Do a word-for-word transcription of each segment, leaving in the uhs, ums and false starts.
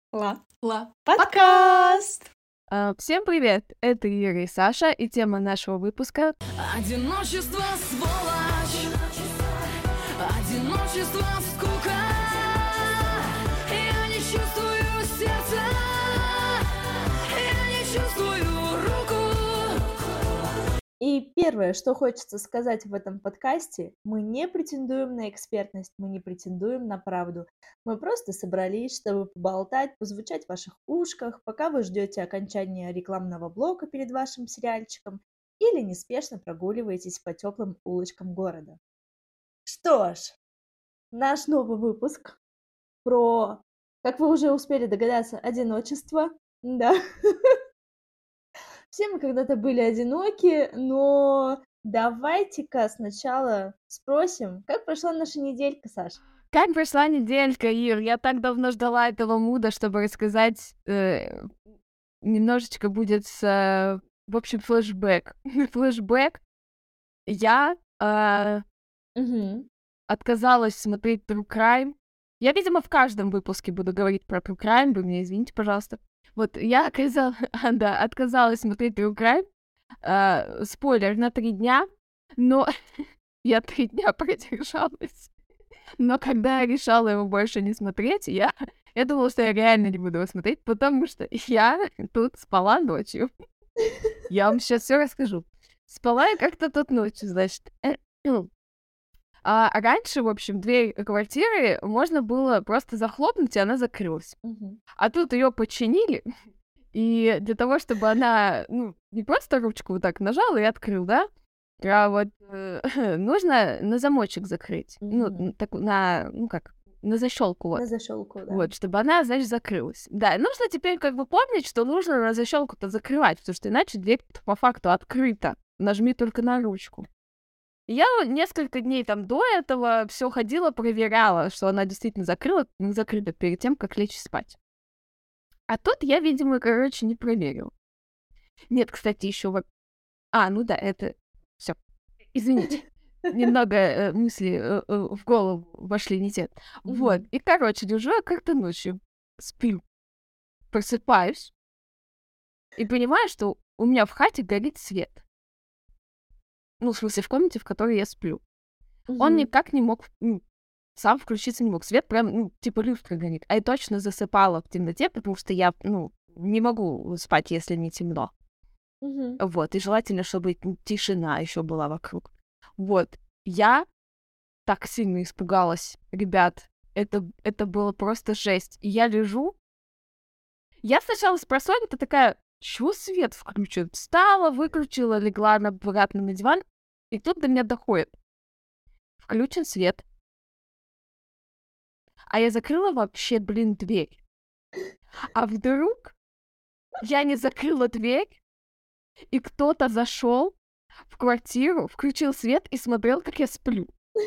Ла. Ла. Подкаст! А, Всем привет! Это Ира и Саша, и тема нашего выпуска Одиночество, сволочь. Одиночество, скука. Я не чувствую сердца. Я не чувствую руку. И первое, что хочется сказать в этом подкасте, мы не претендуем на экспертность, мы не претендуем на правду. Мы просто собрались, чтобы поболтать, позвучать в ваших ушках, пока вы ждете окончания рекламного блока перед вашим сериальчиком или неспешно прогуливаетесь по теплым улочкам города. Что ж, наш новый выпуск про, как вы уже успели догадаться, одиночество. Да. Все мы когда-то были одиноки, но давайте-ка сначала спросим, как прошла наша неделька, Саш? Как прошла неделька, Ир? Я так давно ждала этого муда, чтобы рассказать. э, немножечко будет, э, в общем, флешбэк. Флешбэк. Я э, Угу. отказалась смотреть True Crime. Я, видимо, в каждом выпуске буду говорить про True Crime, вы меня извините, пожалуйста. Вот, я оказал... да, отказалась смотреть True Crime. Э, спойлер, на три дня, но я три дня продержалась. Но когда я решала его больше не смотреть, я, я думала, что я реально не буду его смотреть, потому что я тут спала ночью. Я вам сейчас все расскажу. Спала я как-то тут ночью, значит. А раньше, в общем, дверь квартиры можно было просто захлопнуть, и она закрылась. Угу. А тут ее починили, и для того, чтобы она, ну, не просто ручку вот так нажала и открыл, да, а вот э, нужно на замочек закрыть. Ну, Мгм. н- так, на, ну как, на защелку вот. На защелку, да. Вот, чтобы она, значит, закрылась. Да, и нужно теперь как бы помнить, что нужно на защелку-то закрывать, потому что иначе дверь по факту открыта. Нажми только на ручку. И я вот несколько дней там до этого все ходила, проверяла, что она действительно закрыла, ну, закрыта перед тем, как лечь спать. А тут я, видимо, короче, не проверила. Нет, кстати, еще вот... А, ну да, это... Все. Извините. Немного э, мысли э, э, в голову вошли не те. Вот. Мгм. И, короче, лежу я как-то ночью, сплю, просыпаюсь и понимаю, что у меня в хате горит свет. Ну, в смысле, в комнате, в которой я сплю. Он Мгм. никак не мог, ну, сам включиться не мог. Свет прям, ну, типа люстра горит. А я точно засыпала в темноте, потому что я, ну, не могу спать, если не темно. Мгм. Вот. И желательно, чтобы тишина еще была вокруг. Вот. Я так сильно испугалась, ребят. Это, это было просто жесть. И я лежу. Я сначала с просонья-то такая, чего свет включен? Встала, выключила, легла на- обратно на диван. И тут до меня доходит. Включен свет. А я закрыла вообще, блин, дверь. А вдруг я не закрыла дверь, и кто-то зашел в квартиру, включил свет и смотрел, как я сплю.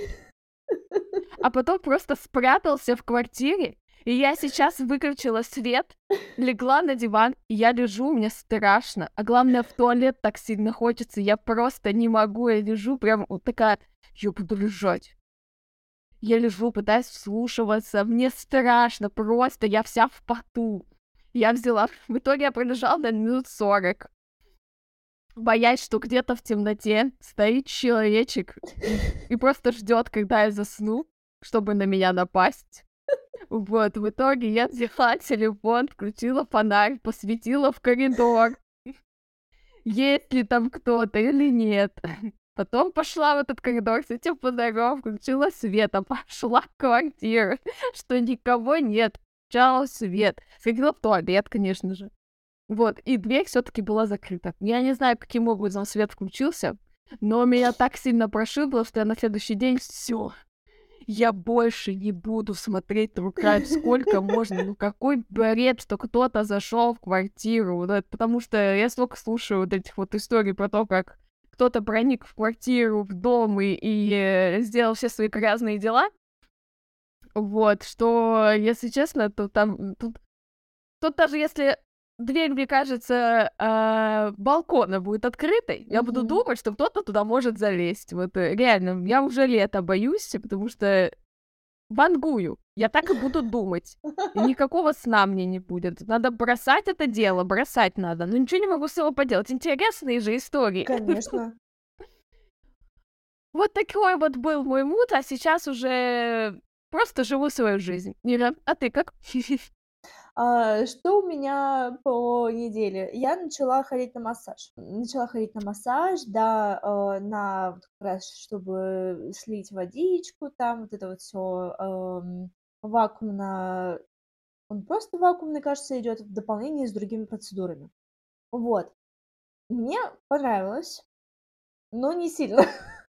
А потом просто спрятался в квартире, и я сейчас выключила свет, легла на диван, и я лежу, мне страшно. А главное, в туалет так сильно хочется, я просто не могу, я лежу прям вот такая, я буду лежать. Я лежу, пытаюсь вслушиваться, мне страшно просто, я вся в поту. Я взяла, в итоге я пролежала на минут сорок, боясь, что где-то в темноте стоит человечек и просто ждет, когда я засну, чтобы на меня напасть. Вот, в итоге я взяла телефон, включила фонарь, посветила в коридор, есть ли там кто-то или нет. Потом пошла в этот коридор с этим фонарем, включила свет, а пошла в квартиру, что никого нет, включала свет. Сходила в туалет, конечно же. Вот, и дверь все таки была закрыта. Я не знаю, каким образом свет включился, но меня так сильно прошибло, что я на следующий день все. Я больше не буду смотреть True Crime, сколько можно. Ну какой бред, что кто-то зашел в квартиру. Да, потому что я столько слушаю вот этих вот историй про то, как кто-то проник в квартиру, в дом и, и э, сделал все свои грязные дела. Вот, что, если честно, то там... Тут, тут даже если дверь, мне кажется, э, балкона будет открытой, я буду Мгм. думать, что кто-то туда может залезть. Вот э, реально, я уже лето боюсь, потому что вангую. Я так и буду думать. И никакого сна мне не будет. Надо бросать это дело, бросать надо. Но ничего не могу с собой поделать. Интересные же истории. Конечно. Вот такой вот был мой мут, а сейчас уже просто живу свою жизнь. Ира, а ты как? А, что у меня по неделе? Я начала ходить на массаж. Начала ходить на массаж, да, э, на вот как раз, чтобы слить водичку, там вот это вот все вакуумно. Он просто вакуумный, кажется, идет в дополнение с другими процедурами. Вот. Мне понравилось, но не сильно.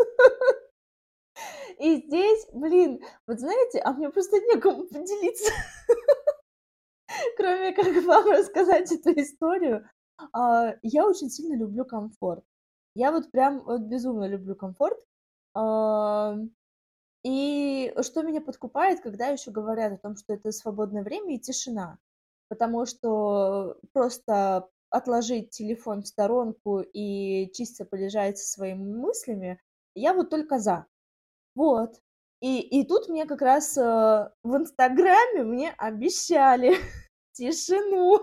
И здесь, блин, вот знаете, а мне просто некому поделиться, кроме как вам рассказать эту историю. А, Я очень сильно люблю комфорт. Я вот прям вот безумно люблю комфорт. А, И что меня подкупает, когда еще говорят о том, что это свободное время и тишина. Потому что просто отложить телефон в сторонку и чисто полежать со своими мыслями, я вот только за. Вот. И, и тут мне как раз э, в Инстаграме мне обещали тишину,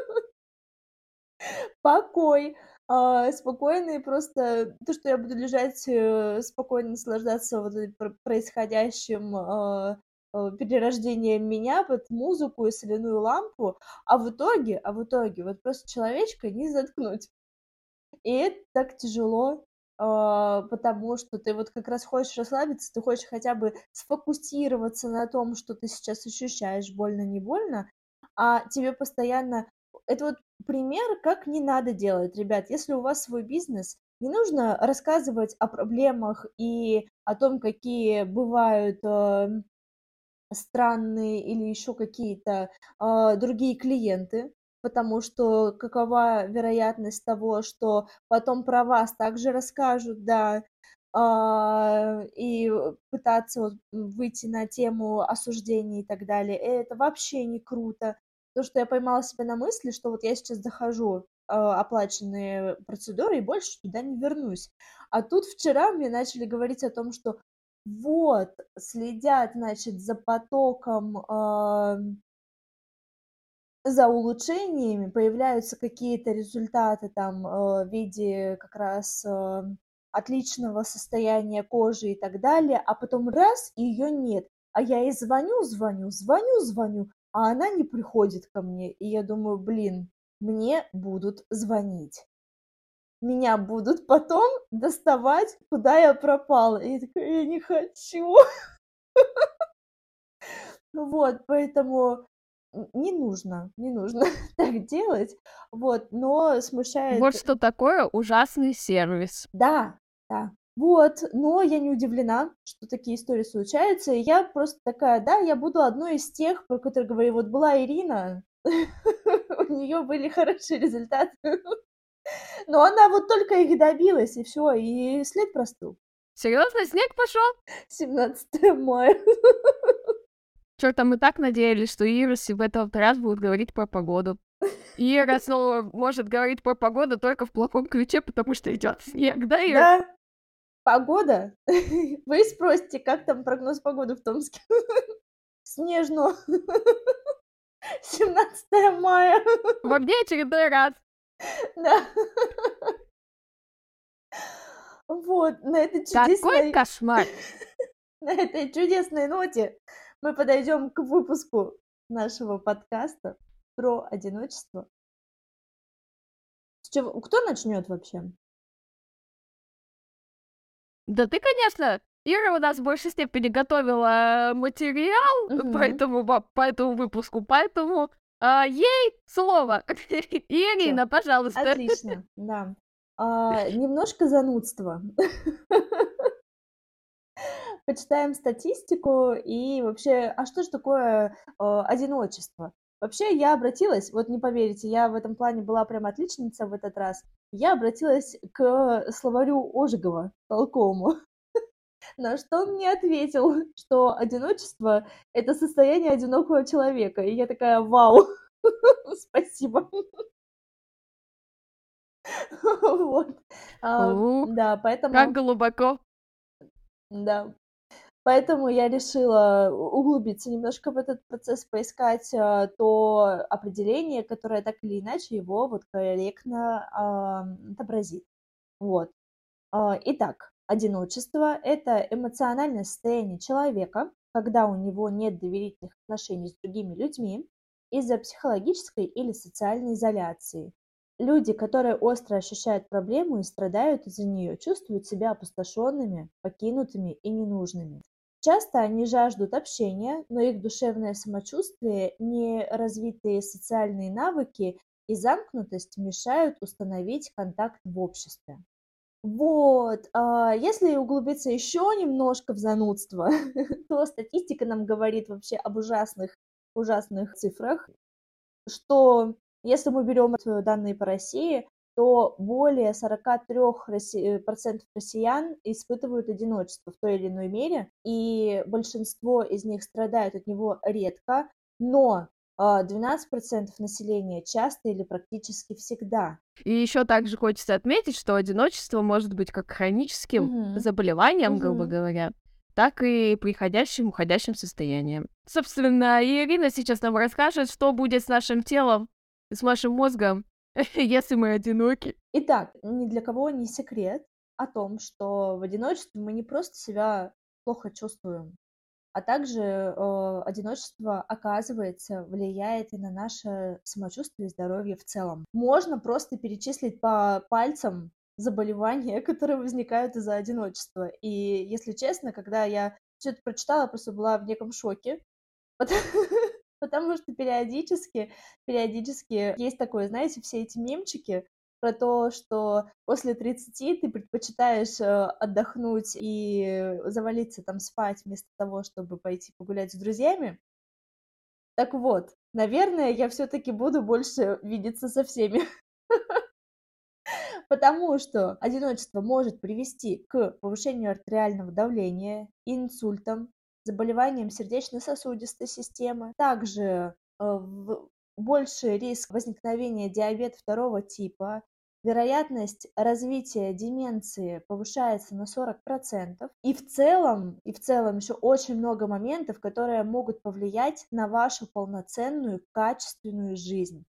покой, а, спокойно просто то, что я буду лежать, э, спокойно наслаждаться вот этим пр- происходящим а, а, перерождением меня под музыку и соляную лампу, а в итоге, а в итоге вот просто человечка не заткнуть. И это так тяжело, а, потому что ты вот как раз хочешь расслабиться, ты хочешь хотя бы сфокусироваться на том, что ты сейчас ощущаешь, больно, не больно, а тебе постоянно... Это вот пример, как не надо делать, ребят. Если у вас свой бизнес, не нужно рассказывать о проблемах и о том, какие бывают э, странные или еще какие-то а, другие клиенты, потому что какова вероятность того, что потом про вас также расскажут, да, а, и пытаться вот выйти на тему осуждения и так далее. Это вообще не круто. То, что я поймала себя на мысли, что вот я сейчас захожу а, оплаченные процедуры и больше туда не вернусь. А тут вчера мне начали говорить о том, что вот, следят, значит, за потоком, а, за улучшениями, появляются какие-то результаты там э, в виде как раз э, отличного состояния кожи и так далее, а потом раз, и ее нет. А я ей звоню, звоню, звоню, звоню, а она не приходит ко мне. И я думаю, блин, мне будут звонить. Меня будут потом доставать, куда я пропала. И я такая, я не хочу. Вот, поэтому н не нужно, не нужно так делать. Вот, но смущает. Вот что такое ужасный сервис. Да, да. Вот, но я не удивлена, что такие истории случаются. И я просто такая: да, я буду одной из тех, про которых говорю. Вот была Ирина, у нее были хорошие результаты, но она вот только их добилась, и все, и след простыл. Серьезно, снег пошел? семнадцатое мая. Чё-то мы так надеялись, что Ира с- в этот раз будет говорить про погоду. Ира снова может говорить про погоду только в плохом ключе, потому что идет снег, да, Ира? Да, погода. Вы спросите, как там прогноз погоды в Томске? Снежно. семнадцатое мая. Во мне очередной раз. Да. Вот, на этой Какой чудесной, кошмар! на этой чудесной ноте мы подойдем к выпуску нашего подкаста про одиночество. С чего? Кто начнет вообще? Да ты, конечно, Ира у нас в большей степени готовила материал по Мгм. этому, во- по этому выпуску, поэтому а, ей слово. Ирина, пожалуйста. Отлично, да. А, немножко занудства. Почитаем статистику и вообще, а что же такое э, одиночество? Вообще, я обратилась, вот не поверите, я в этом плане была прям отличница в этот раз. Я обратилась к словарю Ожегова толковому, на что он мне ответил, что одиночество — это состояние одинокого человека. И я такая, вау, спасибо. Вот. А, Ух, Да, как поэтому, глубоко. да. Поэтому я решила у- углубиться немножко в этот процесс, поискать а, то определение, которое так или иначе его вот корректно а, отобразит. Вот. А, Итак, одиночество — это эмоциональное состояние человека, когда у него нет доверительных отношений с другими людьми из-за психологической или социальной изоляции. Люди, которые остро ощущают проблему и страдают из-за нее, чувствуют себя опустошенными, покинутыми и ненужными. Часто они жаждут общения, но их душевное самочувствие, неразвитые социальные навыки и замкнутость мешают установить контакт в обществе. Вот, а, если углубиться еще немножко в занудство, то статистика нам говорит вообще об ужасных, ужасных цифрах, что если мы берем э, данные по России, то более сорок три процентов россиян испытывают одиночество в той или иной мере, и большинство из них страдают от него редко, но а, двенадцать процентов населения часто или практически всегда. И еще также хочется отметить, что одиночество может быть как хроническим Мгм. заболеванием, грубо Мгм. говоря, так и приходящим, уходящим состоянием. Собственно, и Ирина сейчас нам расскажет, что будет с нашим телом, с нашим мозгом, если мы одиноки. Итак, ни для кого не секрет о том, что в одиночестве мы не просто себя плохо чувствуем, а также э, одиночество, оказывается, влияет и на наше самочувствие и здоровье в целом. Можно просто перечислить по пальцам заболевания, которые возникают из-за одиночества. И, если честно, когда я все это прочитала, я просто была в неком шоке, потому, потому что периодически, периодически есть такое, знаете, все эти мемчики про то, что после тридцати ты предпочитаешь э, отдохнуть и завалиться там спать вместо того, чтобы пойти погулять с друзьями. Так вот, наверное, я все-таки буду больше видеться со всеми, потому что одиночество может привести к повышению артериального давления, инсультам, заболеваниям сердечно-сосудистой системы. Также э, в- больший риск возникновения диабета второго типа, вероятность развития деменции повышается на сорок процентов. И в целом, и в целом еще очень много моментов, которые могут повлиять на вашу полноценную, качественную жизнь.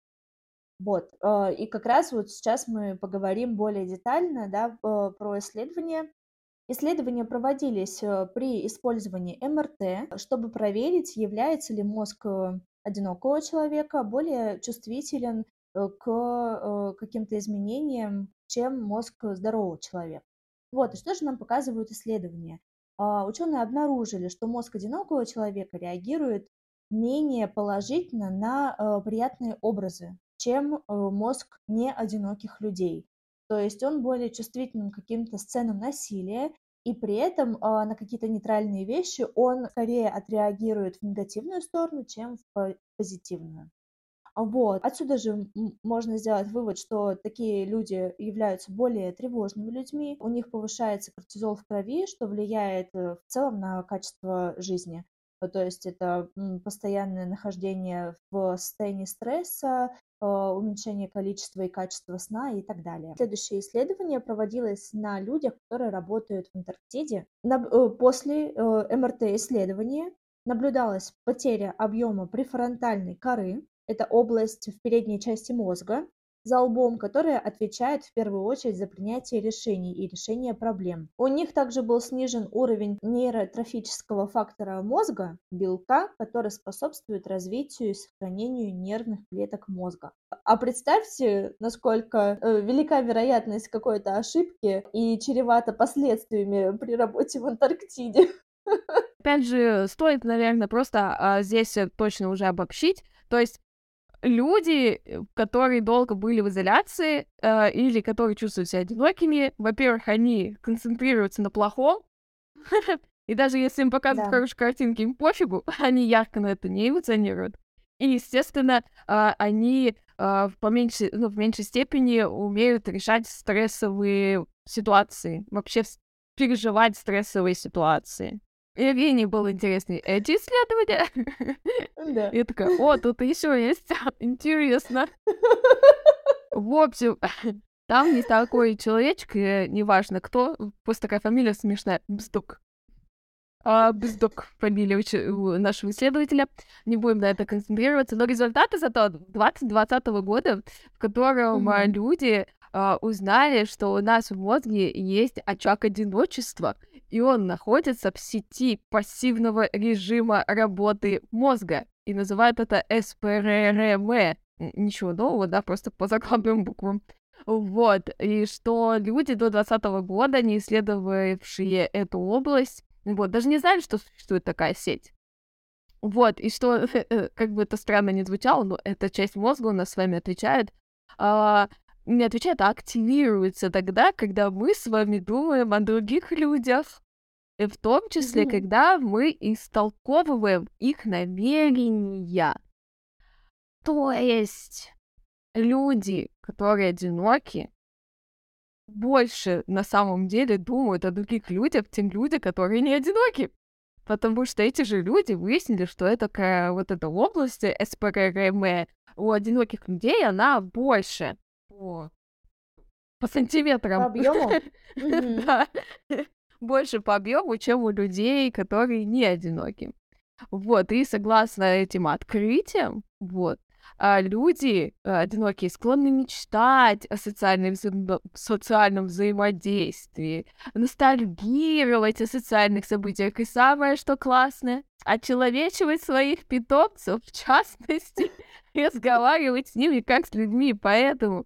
Вот, э, и как раз вот сейчас мы поговорим более детально, да, э, про исследования. Исследования проводились э, при использовании эм эр тэ, чтобы проверить, является ли мозг э, одинокого человека более чувствителен э, к э, каким-то изменениям, чем мозг здорового человека. Вот, и что же нам показывают исследования? А, Ученые обнаружили, что мозг одинокого человека реагирует менее положительно на э, приятные образы, чем э, мозг неодиноких людей. То есть он более чувствителен к каким-то сценам насилия, и при этом а, на какие-то нейтральные вещи он скорее отреагирует в негативную сторону, чем в по- позитивную. А Вот. Отсюда же м, можно сделать вывод, что такие люди являются более тревожными людьми, у них повышается кортизол в крови, что влияет э, в целом на качество жизни. Ну, То есть это м, постоянное нахождение в состоянии стресса, э, уменьшение количества и качества сна и так далее. Следующее исследование проводилось на людях, которые работают в Антарктиде. Наб- э, После э, эм эр тэ-исследования наблюдалась потеря объема префронтальной коры, это область в передней части мозга, за лбом, которая отвечает в первую очередь за принятие решений и решение проблем. У них также был снижен уровень нейротрофического фактора мозга, белка, который способствует развитию и сохранению нервных клеток мозга. А представьте, насколько э, велика вероятность какой-то ошибки и чревата последствиями при работе в Антарктиде. Опять же, стоит, наверное, просто а, здесь э, точно уже обобщить. То есть люди, э, которые долго были в изоляции э, или которые чувствуют себя одинокими, во-первых, они концентрируются на плохом, и даже если им показывают Да. хорошие картинки, им пофигу, они ярко на это не эмоционируют. И, естественно, а, они а, в поменьшей, ну, в меньшей степени умеют решать стрессовые ситуации, вообще с- переживать стрессовые ситуации. Ирине было интересны эти исследования. Да. Я такая, о, тут еще есть, интересно. В общем, там есть такой человечек, э, неважно кто, просто такая фамилия смешная, Бздук. а, Бздок, фамилия уч- у нашего исследователя. Не будем на это концентрироваться. Но результаты зато двадцать двадцатого года, в котором а, Мгм. люди а, узнали, что у нас в мозге есть очаг одиночества, и он находится в сети пассивного режима работы мозга. И называют это эс пэ эр эм. Н- Ничего нового, да, просто по заглавным буквам. Вот, и что люди до двадцатого года, не исследовавшие эту область, вот, даже не знали, что существует такая сеть. Вот, и что, э, как бы это странно не звучало, но эта часть мозга у нас с вами отвечает, а, не отвечает, а активируется тогда, когда мы с вами думаем о других людях, и в том числе, Мгм. когда мы истолковываем их намерения. То есть люди, которые одиноки, больше на самом деле думают о других людях, чем люди, которые не одиноки. Потому что эти же люди выяснили, что это такая вот эта область эс пэ эр эм у одиноких людей, она больше по, по По сантиметрам. объему? Мгм. Да. Больше по объему, чем у людей, которые не одиноки. Вот, и согласно этим открытиям, вот, а, люди а, одинокие склонны мечтать о социальном, взаимо- социальном взаимодействии, ностальгировать о социальных событиях, и самое, что классное, очеловечивать своих питомцев, в частности, разговаривать с ними как с людьми, поэтому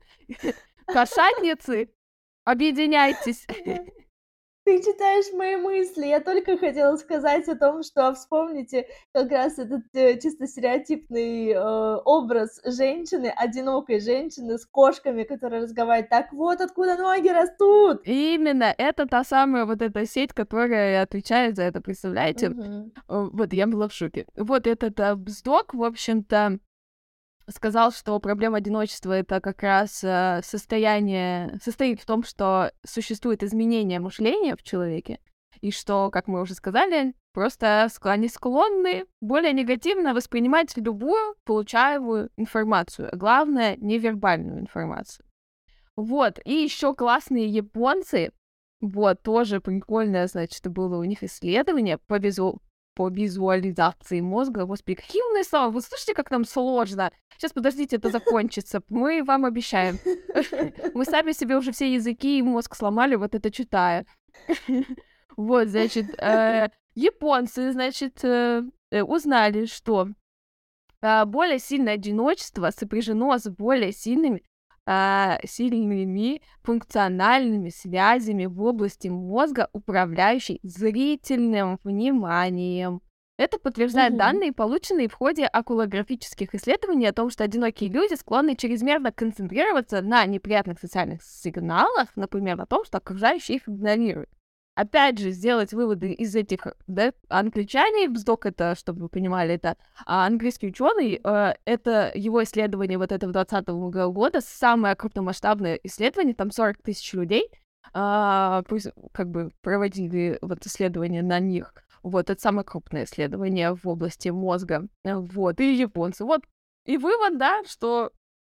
кошатницы, объединяйтесь. Да. Ты читаешь мои мысли. Я только хотела сказать о том, что вспомните как раз этот, э, чисто стереотипный, э, образ женщины, одинокой женщины с кошками, которая разговаривает: "Так вот откуда ноги растут!" Именно, это та самая вот эта сеть, которая отвечает за это, представляете? Мгм. Э, Вот, я была в шоке. Вот этот э, Бздок, в общем-то, сказал, что проблема одиночества — это как раз э, состояние, состоит в том, что существует изменение мышления в человеке, и что, как мы уже сказали, просто ск- они склонны более негативно воспринимать любую получаемую информацию, а главное, невербальную информацию. Вот, и еще классные японцы, вот, тоже прикольное, значит, было у них исследование по, визу... по визуализации мозга. Господи, какие умные слова! Вы слышите, как нам сложно? Сейчас, подождите, это закончится. Мы вам обещаем. Мы сами себе уже все языки и мозг сломали, вот это читая. Вот, значит, э, японцы, значит, э, э, узнали, что а, более сильное одиночество сопряжено с более сильными, а, сильными функциональными связями в области мозга, управляющей зрительным вниманием. Это подтверждает Мгм. данные, полученные в ходе окулографических исследований о том, что одинокие люди склонны чрезмерно концентрироваться на неприятных социальных сигналах, например, о том, что окружающие их игнорируют. Опять же, сделать выводы из этих, да, англичане, Бздок это, чтобы вы понимали, это а английский ученый, э, это его исследование вот этого двадцатого года, самое крупномасштабное исследование, там сорок тысяч людей, а, пусть, как бы проводили вот исследование на них. Вот, это самое крупное исследование в области мозга. Э, Вот, и японцы. Вот, и вывод, да, что,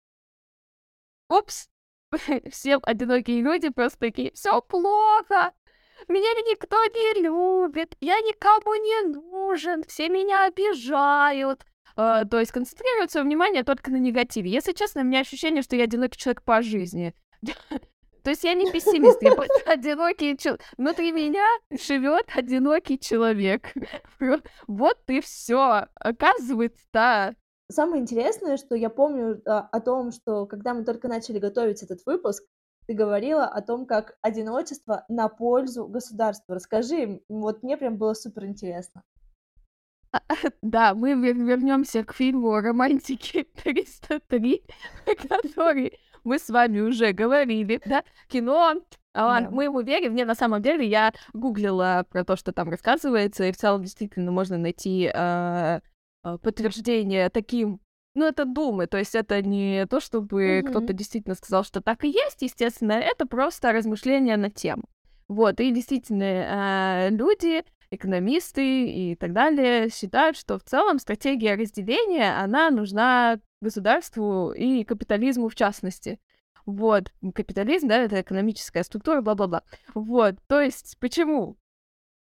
упс, все одинокие люди просто такие, все плохо, меня никто не любит, я никому не нужен, все меня обижают. Э, то есть концентрируют свое внимание только на негативе. Если честно, у меня ощущение, что я одинокий человек по жизни. То есть я не пессимист, я просто одинокий человек. Внутри меня живет одинокий человек. Вот и все. Оказывается, Самое интересное, что я помню, а, о том, что когда мы только начали готовить этот выпуск, ты говорила о том, как одиночество на пользу государству. Расскажи, м, вот мне прям было супер интересно. да, мы вернемся к фильму «Романтики триста три», который мы с вами уже говорили, да, кино. а, Да. Мы ему верим. Не, на самом деле, я гуглила про то, что там рассказывается, и в целом действительно можно найти а, а, подтверждение таким, ну, это думы, то есть это не то, чтобы кто-то Мгм. действительно сказал, что так и есть, естественно, это просто размышления на тему. Вот, и действительно, а, люди, экономисты и так далее считают, что в целом стратегия разделения, она нужна государству и капитализму в частности. Вот, капитализм, да, это экономическая структура, бла-бла-бла. Вот, то есть, почему?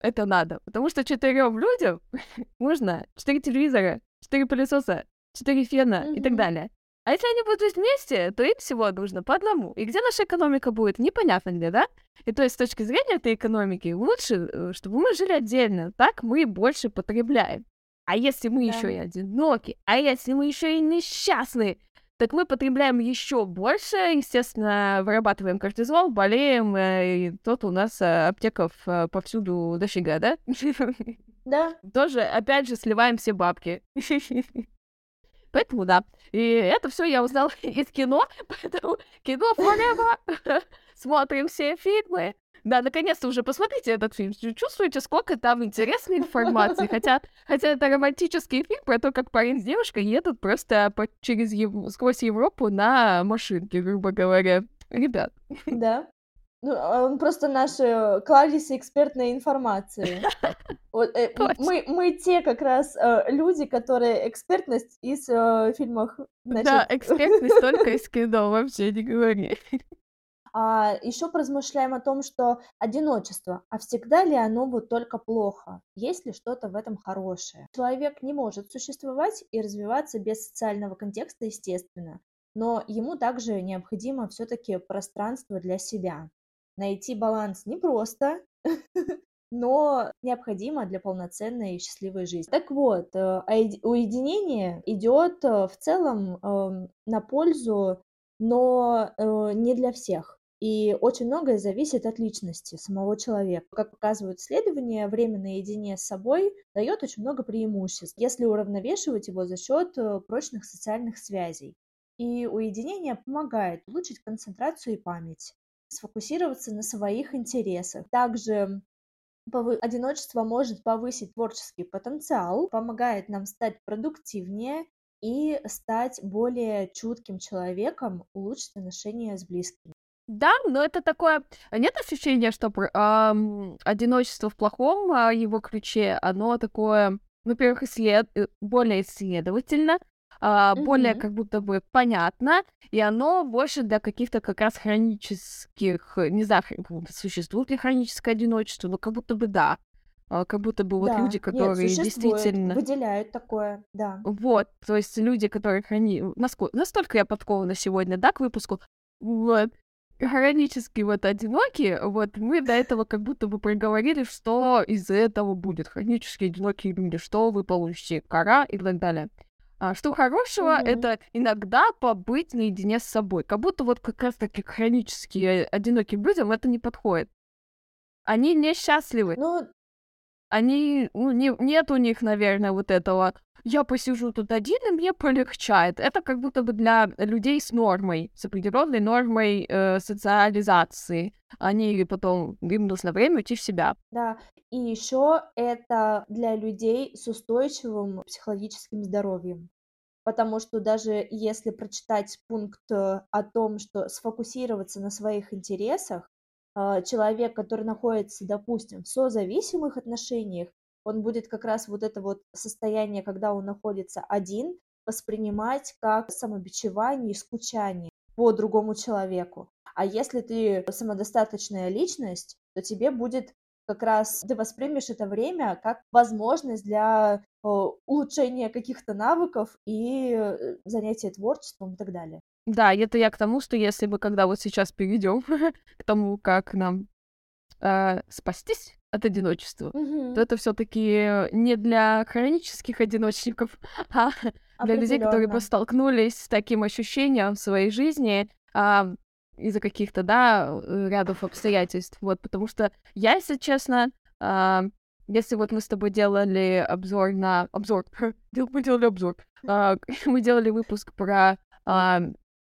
это надо. Потому что четырем людям нужно четыре телевизора, четыре пылесоса, четыре фена и так Мгм. далее. А если они будут жить вместе, то им всего нужно по одному. И где наша экономика будет, непонятно где, да? И то есть с точки зрения этой экономики лучше, э, чтобы мы жили отдельно. Так мы больше потребляем. А если мы еще и Да. одиноки, а если мы еще и несчастные, так мы потребляем еще больше, естественно, вырабатываем кортизол, болеем, э, и тут у нас э, аптеков э, повсюду дофига, да? Да. Тоже, опять же, сливаем все бабки. Поэтому да. И это все я узнала из кино, поэтому кино forever. Смотрим все фильмы. Да, наконец-то уже посмотрите этот фильм. Чу- Чувствуете, сколько там интересной информации. Хотя, хотя это романтический фильм про то, как парень с девушкой едут просто по- через Ев- сквозь Европу на машинке, грубо говоря. Ребят, Да. Ну, а он просто наш э, кладезь экспертной информации. Вот, э, м- точно. мы, мы те как раз э, люди, которые экспертность из э, фильмах, Да, значит. экспертность только из кино, вообще не говори. А еще поразмышляем о том, что одиночество, а всегда ли оно вот только плохо? Есть ли что-то в этом хорошее? Человек не может существовать и развиваться без социального контекста, естественно, но ему также необходимо все-таки пространство для себя. Найти баланс непросто, но необходимо для полноценной и счастливой жизни. Так вот, э, аиди- уединение идет э, в целом эм, на пользу, но э, не для всех. И очень многое зависит от личности самого человека. Как показывают исследования, время наедине с собой дает очень много преимуществ, если уравновешивать его за счет э, прочных социальных связей. И уединение помогает улучшить концентрацию и память, сфокусироваться на своих интересах. Также повы- одиночество может повысить творческий потенциал, помогает нам стать продуктивнее и стать более чутким человеком, улучшить отношения с близкими. Да, но это такое... Нет ощущения, что пр- ам, одиночество в плохом а, его ключе, оно такое, во-первых, исслед... э, более исследовательно, а, более Мгм. как будто бы понятно, и оно больше для каких-то как раз хронических... э, Не знаю, хр- существует ли хроническое одиночество, но как будто бы да. А, Как будто бы вот люди, Да, нет, которые существует, действительно... выделяют такое, да. Вот, то есть люди, которые храни... Наско... Настолько я подкована сегодня, да, к выпуску. Вот. Хронически вот одинокие, вот мы до этого как будто бы проговорили, что из-за этого будет. Хронически одинокие люди, что вы получите, кора и так далее. А что хорошего, Мгм. это иногда побыть наедине с собой. Как будто вот как раз-таки к хронически э, одиноким людям это не подходит. Они несчастливы. Ну, Они, ну, не, нет у них, наверное, вот этого «я посижу тут один, и мне полегчает». Это как будто бы для людей с нормой, с определенной нормой э, социализации. Они потом, им нужно время уйти в себя. да, и еще это для людей с устойчивым психологическим здоровьем. Потому что даже если прочитать пункт э, о том, что сфокусироваться на своих интересах, а, человек, который находится, допустим, в созависимых отношениях, он будет как раз вот это вот состояние, когда он находится один, воспринимать как самобичевание и скучание по другому человеку. А если ты самодостаточная личность, то тебе будет как раз, ты воспримешь это время как возможность для э, улучшения каких-то навыков и э, занятия творчеством и так далее. Да, и это я к тому, что если мы когда вот сейчас перейдем к тому, как нам э, спастись от одиночества, то Мгм. это все-таки не для хронических одиночников, а для людей, которые Определенно. просто столкнулись с таким ощущением в своей жизни а, из-за каких-то, да, э, рядов обстоятельств. Вот, потому что я, если честно, а, если вот мы с тобой делали обзор на... Обзор. Дел- Мы делали обзор. А, Мы делали выпуск про... а,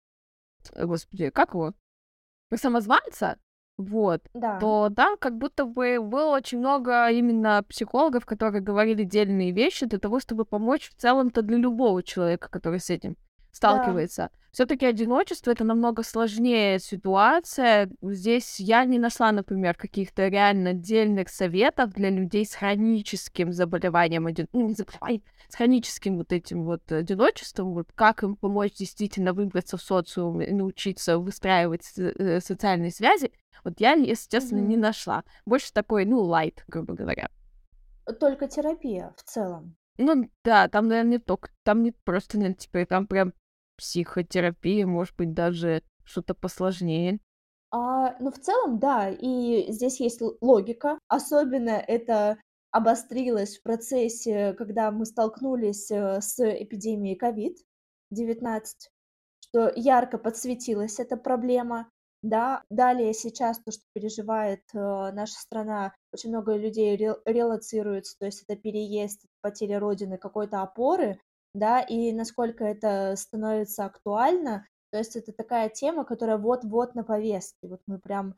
Господи, как его? Про самозванца, вот, Да. то да, как будто бы было очень много именно психологов, которые говорили дельные вещи для того, чтобы помочь в целом-то для любого человека, который с этим сталкивается. Все-таки одиночество — это намного сложнее ситуация. Здесь я не нашла, например, каких-то реально отдельных советов для людей с хроническим заболеванием, один... ну, не заболеванием, с хроническим вот этим вот одиночеством, вот как им помочь действительно выбраться в социум и научиться выстраивать со- э, социальные связи. Вот я, естественно, не Мгм. нашла. Больше такой, ну, лайт, грубо говоря. Только терапия в целом. Ну да, там, наверное, не только, там не просто, наверное, типа, там прям психотерапия, может быть, даже что-то посложнее. А, ну, в целом, да, и здесь есть л- логика. Особенно это обострилось в процессе, когда мы столкнулись э, с эпидемией ковид девятнадцать, что ярко подсветилась эта проблема. Да, далее сейчас то, что переживает э, наша страна, очень много людей ре- релоцируется, то есть это переезд, потеря родины, какой-то опоры, да, и насколько это становится актуально, то есть это такая тема, которая вот-вот на повестке. Вот мы прям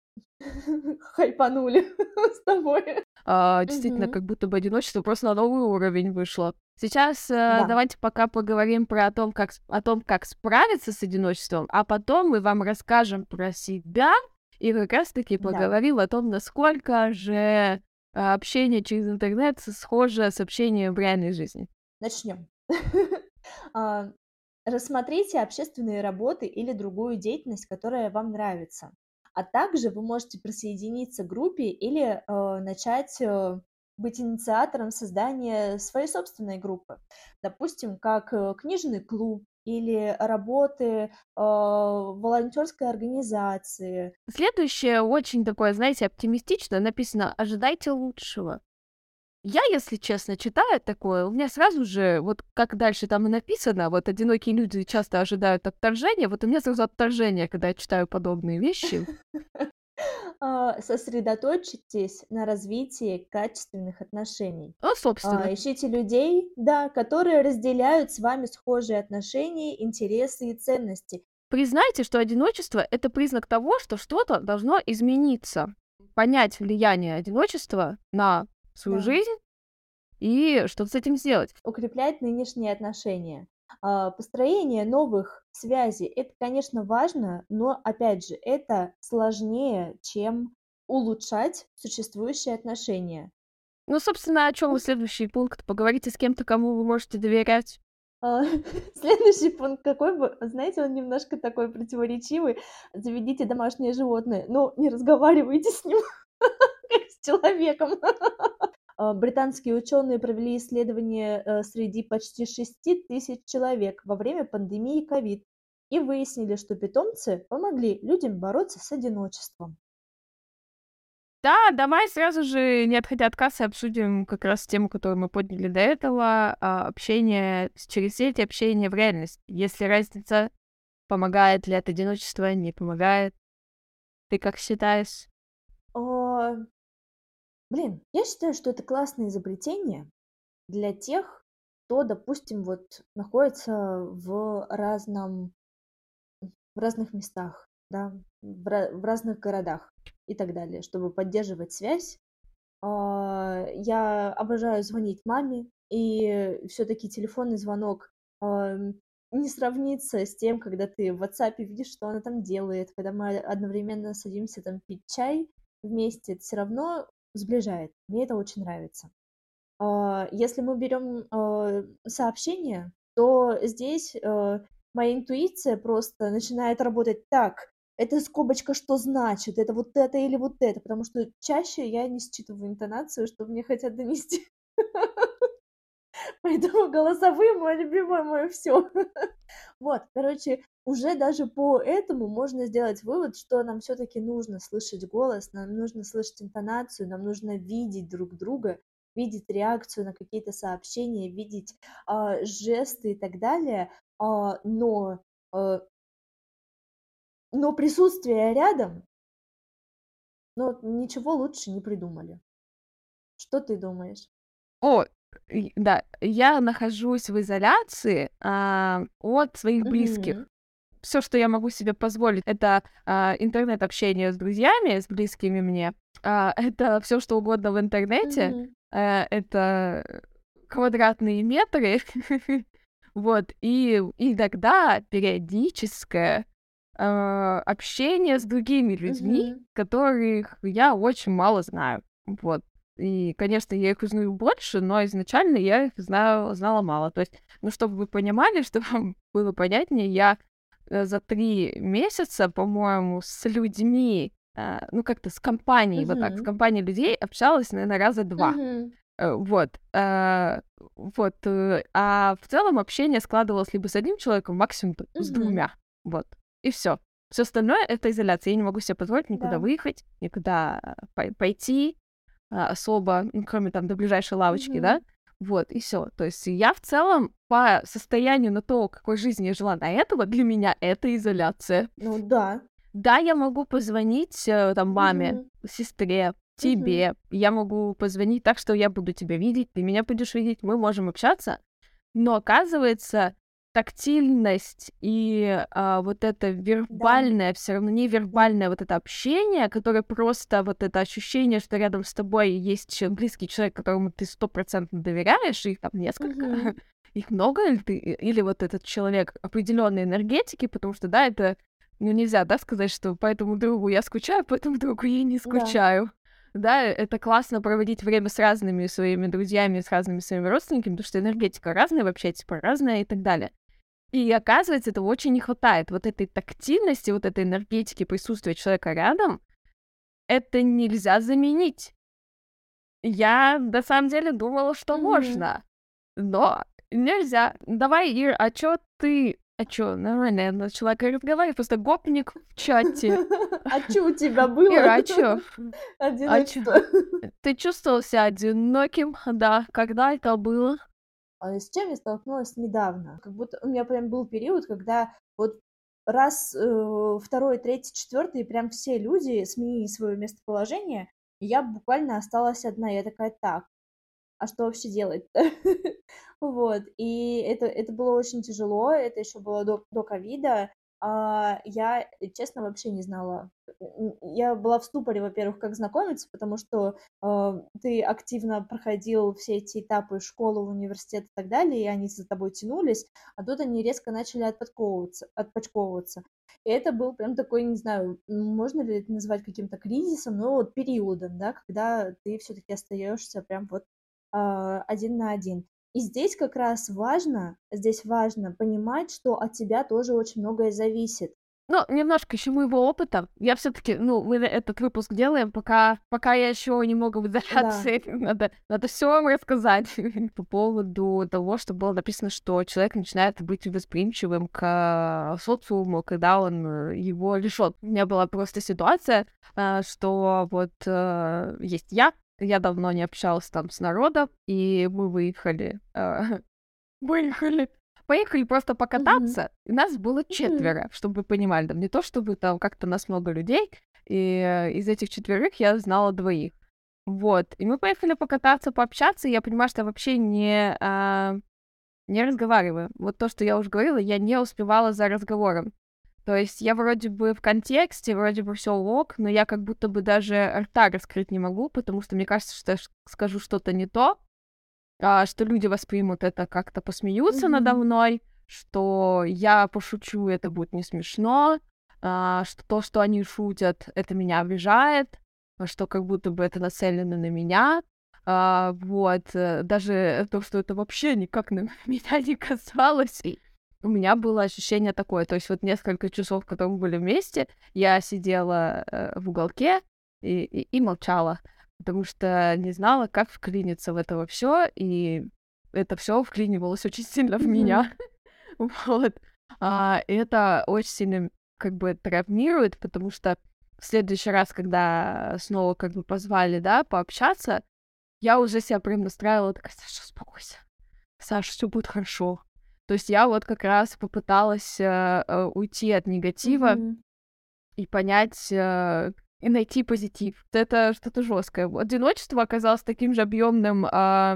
хайпанули с тобой. А, действительно, Мгм. как будто бы одиночество просто на новый уровень вышло. Сейчас э, Да, давайте пока поговорим про о том, как, с- о том, как справиться с одиночеством, а потом мы вам расскажем про себя и как раз-таки да, поговорим о том, насколько же э, общение через интернет схоже с общением в реальной жизни. начнем. А, Рассмотрите общественные работы или другую деятельность, которая вам нравится. А также вы можете присоединиться к группе или э, начать э, быть инициатором создания своей собственной группы. Допустим, как э, книжный клуб или работы э, волонтерской организации. Следующее очень такое, знаете, оптимистичное, написано «ожидайте лучшего». Я, если честно, читаю такое, у меня сразу же, вот как дальше там и написано, вот одинокие люди часто ожидают отторжения, вот у меня сразу отторжение, когда я читаю подобные вещи. А, Сосредоточьтесь на развитии качественных отношений. Ну, А, собственно, Ищите людей, да, которые разделяют с вами схожие отношения, интересы и ценности. признайте, что одиночество — это признак того, что что-то должно измениться. Понять влияние одиночества на свою Да. жизнь и что с этим сделать. Укреплять нынешние отношения. А, Построение новых связей — это, конечно, важно, но, опять же, это сложнее, чем улучшать существующие отношения. Ну, собственно, о чем вы следующий пункт? Поговорите с кем-то, кому вы можете доверять. А, Следующий пункт какой бы, знаете, он немножко такой противоречивый. Заведите домашнее животное, но не разговаривайте с ним как с человеком. А, Британские ученые провели исследование э, среди почти шести тысяч человек во время пандемии ковид и выяснили, что питомцы помогли людям бороться с одиночеством. Да, давай сразу же, не отходя от кассы, обсудим как раз тему, которую мы подняли до этого, а, общение с- через сеть и общение в реальность. Есть ли разница, помогает ли от одиночества, не помогает? Ты как считаешь? А, Блин, я считаю, что это классное изобретение для тех, кто, допустим, вот находится в разном в разных местах, да, в, ра- в разных городах и так далее, чтобы поддерживать связь. А, Я обожаю звонить маме, и все-таки телефонный звонок а, не сравнится с тем, когда ты в WhatsApp видишь, что она там делает, когда мы одновременно садимся там пить чай вместе, это все равно сближает. Мне это очень нравится. А, Если мы берем а, сообщения, то здесь а, моя интуиция просто начинает работать так. Эта скобочка что значит? Это вот это или вот это? Потому что чаще я не считываю интонацию, что мне хотят донести. Поэтому голосовые мой любимое мое все. Вот, короче, уже даже по этому можно сделать вывод, что нам все-таки нужно слышать голос, нам нужно слышать интонацию, нам нужно видеть друг друга, видеть реакцию на какие-то сообщения, видеть а, жесты и так далее. А, но, а, но присутствие рядом, ну, ничего лучше не придумали. Что ты думаешь? О, и- да, я нахожусь в изоляции а, от своих близких. Мгм. Все, что я могу себе позволить, это а, интернет-общение с друзьями, с близкими мне. А, это все, что угодно в интернете. Мгм. А, это квадратные метры. Вот, и иногда периодическое э, общение с другими людьми, Мгм. которых я очень мало знаю. Вот. И, конечно, я их узнаю больше, но изначально я их знаю, знала мало. То есть, ну, чтобы вы понимали, чтобы вам было понятнее, я э, за три месяца, по-моему, с людьми, э, ну, как-то с компанией, вот так, с Мгм. компанией людей общалась, наверное, раза два. Мгм. Э, Вот. э, Вот. э, А в целом общение складывалось либо с одним человеком, максимум т- с Мгм. двумя. Вот. И все. Все остальное — это изоляция. Я не могу себе позволить никуда Да. выехать, никуда э, пой- пойти а, особо, ну, кроме там до ближайшей лавочки, да? Мгм. Вот, и все. То есть я в целом по состоянию на то, какой жизни я жила до этого, для меня это изоляция. Ну да. Да, я могу позвонить э, там маме, Мгм. сестре, Мгм. тебе. Я могу позвонить так, что я буду тебя видеть, ты меня будешь видеть, мы можем общаться. Но оказывается, тактильность и а, вот это Да. вербальное, все равно невербальное вот это общение, которое просто вот это ощущение, что рядом с тобой есть че- близкий человек, которому ты стопроцентно доверяешь, их там несколько, Мгм. их много, или, ты, или вот этот человек определенной энергетики, потому что, да, это, ну, нельзя, да, сказать, что по этому другу я скучаю, по этому другу я не Да. скучаю. Да, это классно проводить время с разными своими друзьями, с разными своими родственниками, потому что энергетика разная, вообще типа разная и так далее. И оказывается, этого очень не хватает. Вот этой тактильности, вот этой энергетики присутствия человека рядом, это нельзя заменить. Я на самом деле думала, что Мгм. можно, но нельзя. Давай, Ир, а чё ты... А чё, нормально, я начала разговаривать, просто гопник в чате. А чё у тебя Ира, было? а чё? А чё? Одиночество. Ты чувствовал себя одиноким? Да, когда это было? А с чем я столкнулась недавно? Как будто у меня прям был период, когда вот раз, э, второй, третий, четвертый, прям все люди сменили свое местоположение, и я буквально осталась одна. Я такая: так, а что вообще делать-то? Вот, и это, это было очень тяжело, это еще было до, до ковида. А, я, э, честно, вообще не знала. М, Я была в ступоре, во-первых, как знакомиться, потому что а, ты активно проходил все эти этапы школы, университет и так далее, и они за тобой тянулись, а тут они резко начали отпочковываться, отпочковываться. И это был прям такой, не знаю, м, можно ли это назвать каким-то кризисом, но вот периодом, да, когда ты все-таки остаешься прям вот а, один на один. И здесь как раз важно, здесь важно понимать, что от тебя тоже очень многое зависит. Ну, немножко еще моего опыта. Я все-таки, ну, мы этот выпуск делаем, пока, пока я еще немного в Да. изоляции. Надо, надо все вам рассказать по поводу того, что было написано, что человек начинает быть восприимчивым к социуму, когда он э, его лишён. У меня была просто ситуация, э, что вот э, есть я, я давно не общалась там с народом, и мы выехали э, Выехали. Поехали просто Мгм. покататься. И нас было Мгм. четверо, чтобы вы понимали. Там не то, чтобы там как-то нас много людей. И э, из этих четверых я знала двоих. Вот. И мы поехали покататься, пообщаться. И я понимаю, что я вообще не, а, не разговариваю. Вот то, что я уже говорила, я не успевала за разговором. То есть я вроде бы в контексте, вроде бы все ок, но я как будто бы даже рта раскрыть не могу, потому что мне кажется, что я ш- скажу что-то не то, а, что люди воспримут это как-то, посмеются надо Мгм. мной, что я пошучу, это будет не смешно, а, что то, что они шутят, это меня обижает, а, что как будто бы это нацелено на меня. А, вот, э, даже то, что это вообще никак на меня не касалось. И у меня было ощущение такое, то есть вот несколько часов, которые мы были вместе, я сидела э, в уголке и, и, и молчала, потому что не знала, как вклиниться в это все, и это все вклинивалось очень сильно в Мгм. меня. Вот. А, и это очень сильно как бы травмирует, потому что в следующий раз, когда снова как бы позвали, да, пообщаться, я уже себя прям настраивала, такая: Саша, успокойся, Саша, все будет хорошо. То есть я вот как раз попыталась э, э, уйти от негатива Мгм. и понять, э, и найти позитив. Это что-то жесткое. Одиночество оказалось таким же объемным, а,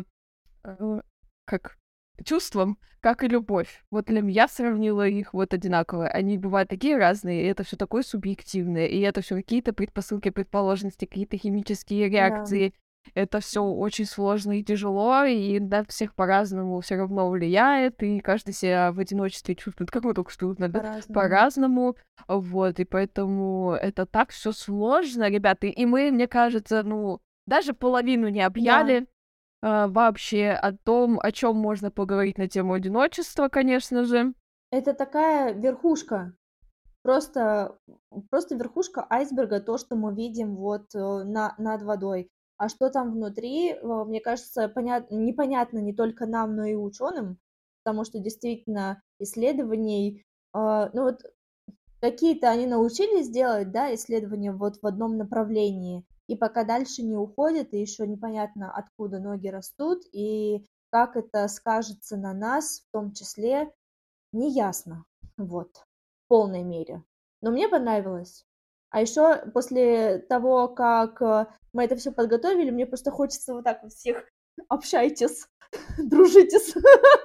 э, как чувством, как и любовь. Вот для меня сравнила их вот одинаково. Они бывают такие разные, и это все такое субъективное, и это все какие-то предпосылки, предположенности, какие-то химические Да. реакции, это все очень сложно и тяжело, и на всех по-разному все равно влияет, и каждый себя в одиночестве чувствует, как мы только что узнали, да? По-разному. По-разному, вот, и поэтому это так все сложно, ребята, и мы, мне кажется, ну, даже половину не Да. объяли а, вообще о том, о чем можно поговорить на тему одиночества, конечно же. Это такая верхушка. Просто, просто верхушка айсберга, то, что мы видим вот э, на, над водой. А что там внутри, э, мне кажется, понят, непонятно не только нам, но и ученым, потому что действительно исследований, э, ну вот какие-то они научились делать, да, исследования вот в одном направлении, и пока дальше не уходят, и еще непонятно, откуда ноги растут, и как это скажется на нас, в том числе, неясно, вот, в полной мере. Но мне понравилось. А еще после того, как э, мы это все подготовили, мне просто хочется вот так вот всех общайтесь, дружитесь,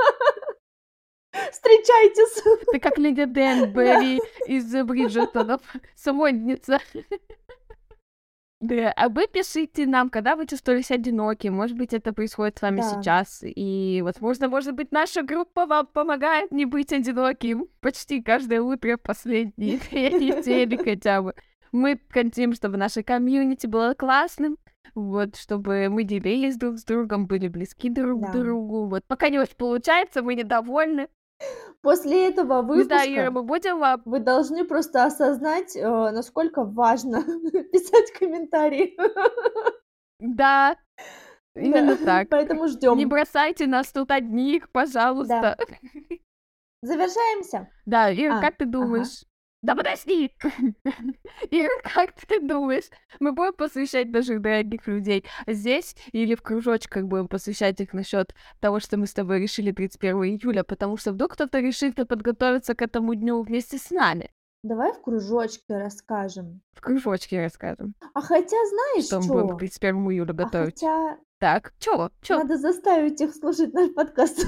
встречайтесь. Ты как леди Денбери из Бриджертонов, самодница. Да, а вы пишите нам, когда вы чувствовались одиноки. Может быть, это происходит с вами Да. сейчас. И, возможно, может быть, наша группа вам помогает не быть одиноким почти каждое утро в последние две недели хотя бы. Мы хотим, чтобы наше комьюнити было классным, вот, чтобы мы делились друг с другом, были близки друг Да. к другу. Вот, пока не очень получается, мы недовольны. После этого Не знаю, Ира, выпуска мы будем вам... вы должны просто осознать, э, насколько важно писать комментарии. Да, именно Да, так. поэтому Не ждем. бросайте нас тут одних, пожалуйста. Да. Завершаемся? Да, Ира, А, как ты ага. думаешь? Да подожди! Ира, как ты думаешь? Мы будем посвящать наших дорогих людей здесь или в кружочках будем посвящать их насчет того, что мы с тобой решили тридцать первого июля, потому что вдруг кто-то решит подготовиться к этому дню вместе с нами. Давай в кружочке расскажем. В кружочке расскажем, А хотя знаешь что мы будем к что? тридцать первому июля А готовить. хотя Так, чё? Чё? надо заставить их слушать наш подкаст.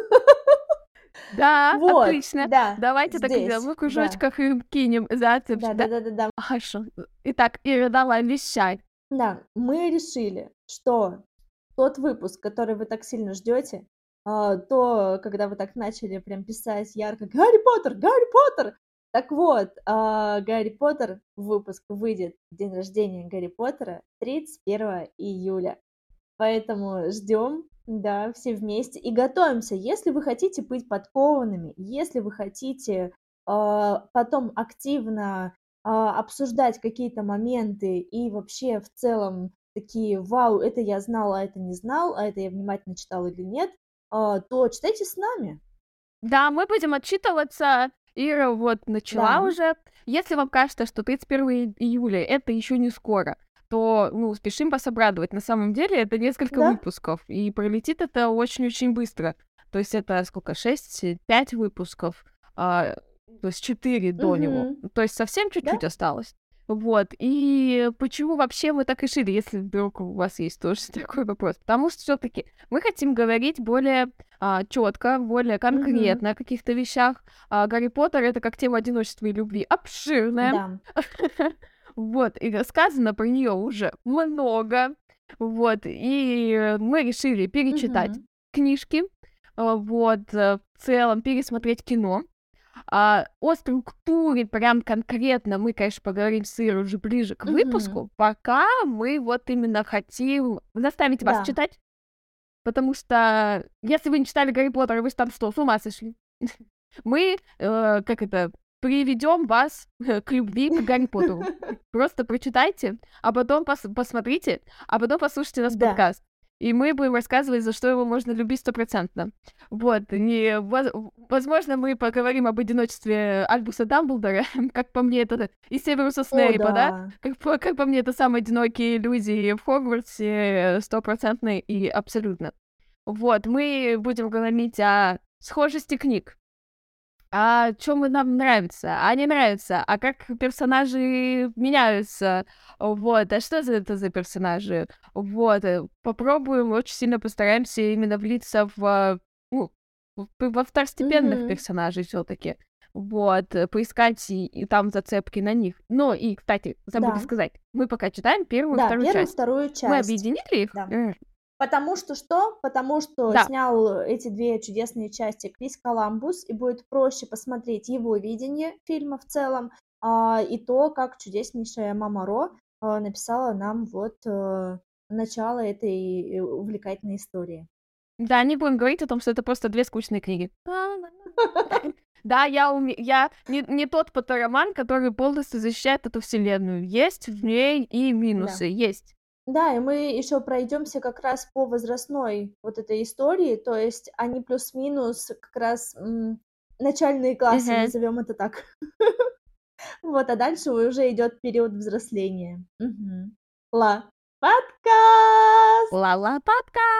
Да, Вот, отлично. да, Давайте так и здесь, сделаем. Мы в да. кружочках им кинем зацепочки, Да, да? да, да, да, да. Хорошо. Итак, Ира, давай, вещай. Да, мы решили, что тот выпуск, который вы так сильно ждете, а, то, когда вы так начали прям писать ярко «Гарри Поттер! Гарри Поттер!» Так вот, а, Гарри Поттер выпуск выйдет в день рождения Гарри Поттера тридцать первого июля. Поэтому ждем, да, все вместе и готовимся. Если вы хотите быть подкованными, если вы хотите а, потом активно а, обсуждать какие-то моменты и вообще в целом такие, вау, это я знал, а это не знал, а это я внимательно читал или нет, а, то читайте с нами. Да, мы будем отчитываться. Ира вот начала Да. уже. Если вам кажется, что тридцать первого июля это еще не скоро, то, ну, спешим вас обрадовать. На самом деле это несколько Да. выпусков, и пролетит это очень-очень быстро. То есть это сколько, шесть, пять выпусков, а, то есть четыре до него. Мгм. То есть совсем чуть-чуть осталось. Вот, и почему вообще мы так решили, если вдруг у вас есть тоже такой вопрос? Потому что все-таки мы хотим говорить более а, четко, более конкретно о каких-то вещах. А, Гарри Поттер — это как тема одиночества и любви обширная. Да. Вот, и рассказано про нее уже много. Вот, и мы решили перечитать Мгм. книжки, а, вот, э, в целом пересмотреть кино. А, о структуре прям конкретно мы, конечно, поговорим с Ирой уже ближе к Мгм. выпуску. Пока мы вот именно хотим заставить вас Да. читать, потому что если вы не читали Гарри Поттера, вы же там что, с ума сошли? Мы, э, как это, приведем вас к любви к Гарри Поттеру. Просто прочитайте, а потом пос- посмотрите, а потом послушайте наш Да. подкаст. И мы будем рассказывать, за что его можно любить стопроцентно. Вот, и, воз- возможно, мы поговорим об одиночестве Альбуса Дамблдора, как по мне, это и Северуса О, Снейпа, да? да. Как по, как по мне, это самые одинокие люди в Хогвартсе, стопроцентные и абсолютно. Вот, мы будем говорить о схожести книг, а чё мы нам нравится, а не нравится, а как персонажи меняются, вот, а что за это за персонажи, вот, э, попробуем, очень сильно постараемся именно влиться в, ну, в- во второстепенных Мгм. персонажей все таки вот, э, поискать и, и там зацепки на них. Но и, кстати, забыли Да, сказать, мы пока читаем первую и да, вторую первую, часть. вторую Мы часть. объединили их? Да. Э, Потому что что? Потому что Да, снял эти две чудесные части Крис Коламбус, и будет проще посмотреть его видение фильма в целом, а, и то, как чудеснейшая Мама Ро а, написала нам вот э, начало этой э, увлекательной истории. да, не будем говорить о том, что это просто две скучные книги. Да, я, уме... я не, не тот Поттероман, который полностью защищает эту вселенную. Есть в ней и Да. минусы, есть. Да, и мы еще пройдемся как раз по возрастной вот этой истории, то есть они плюс-минус как раз м, начальные классы, Мгм. назовем это так. Вот, а дальше уже идет период взросления. Мгм. Ла. Подкаст! Ла-ла, подкаст!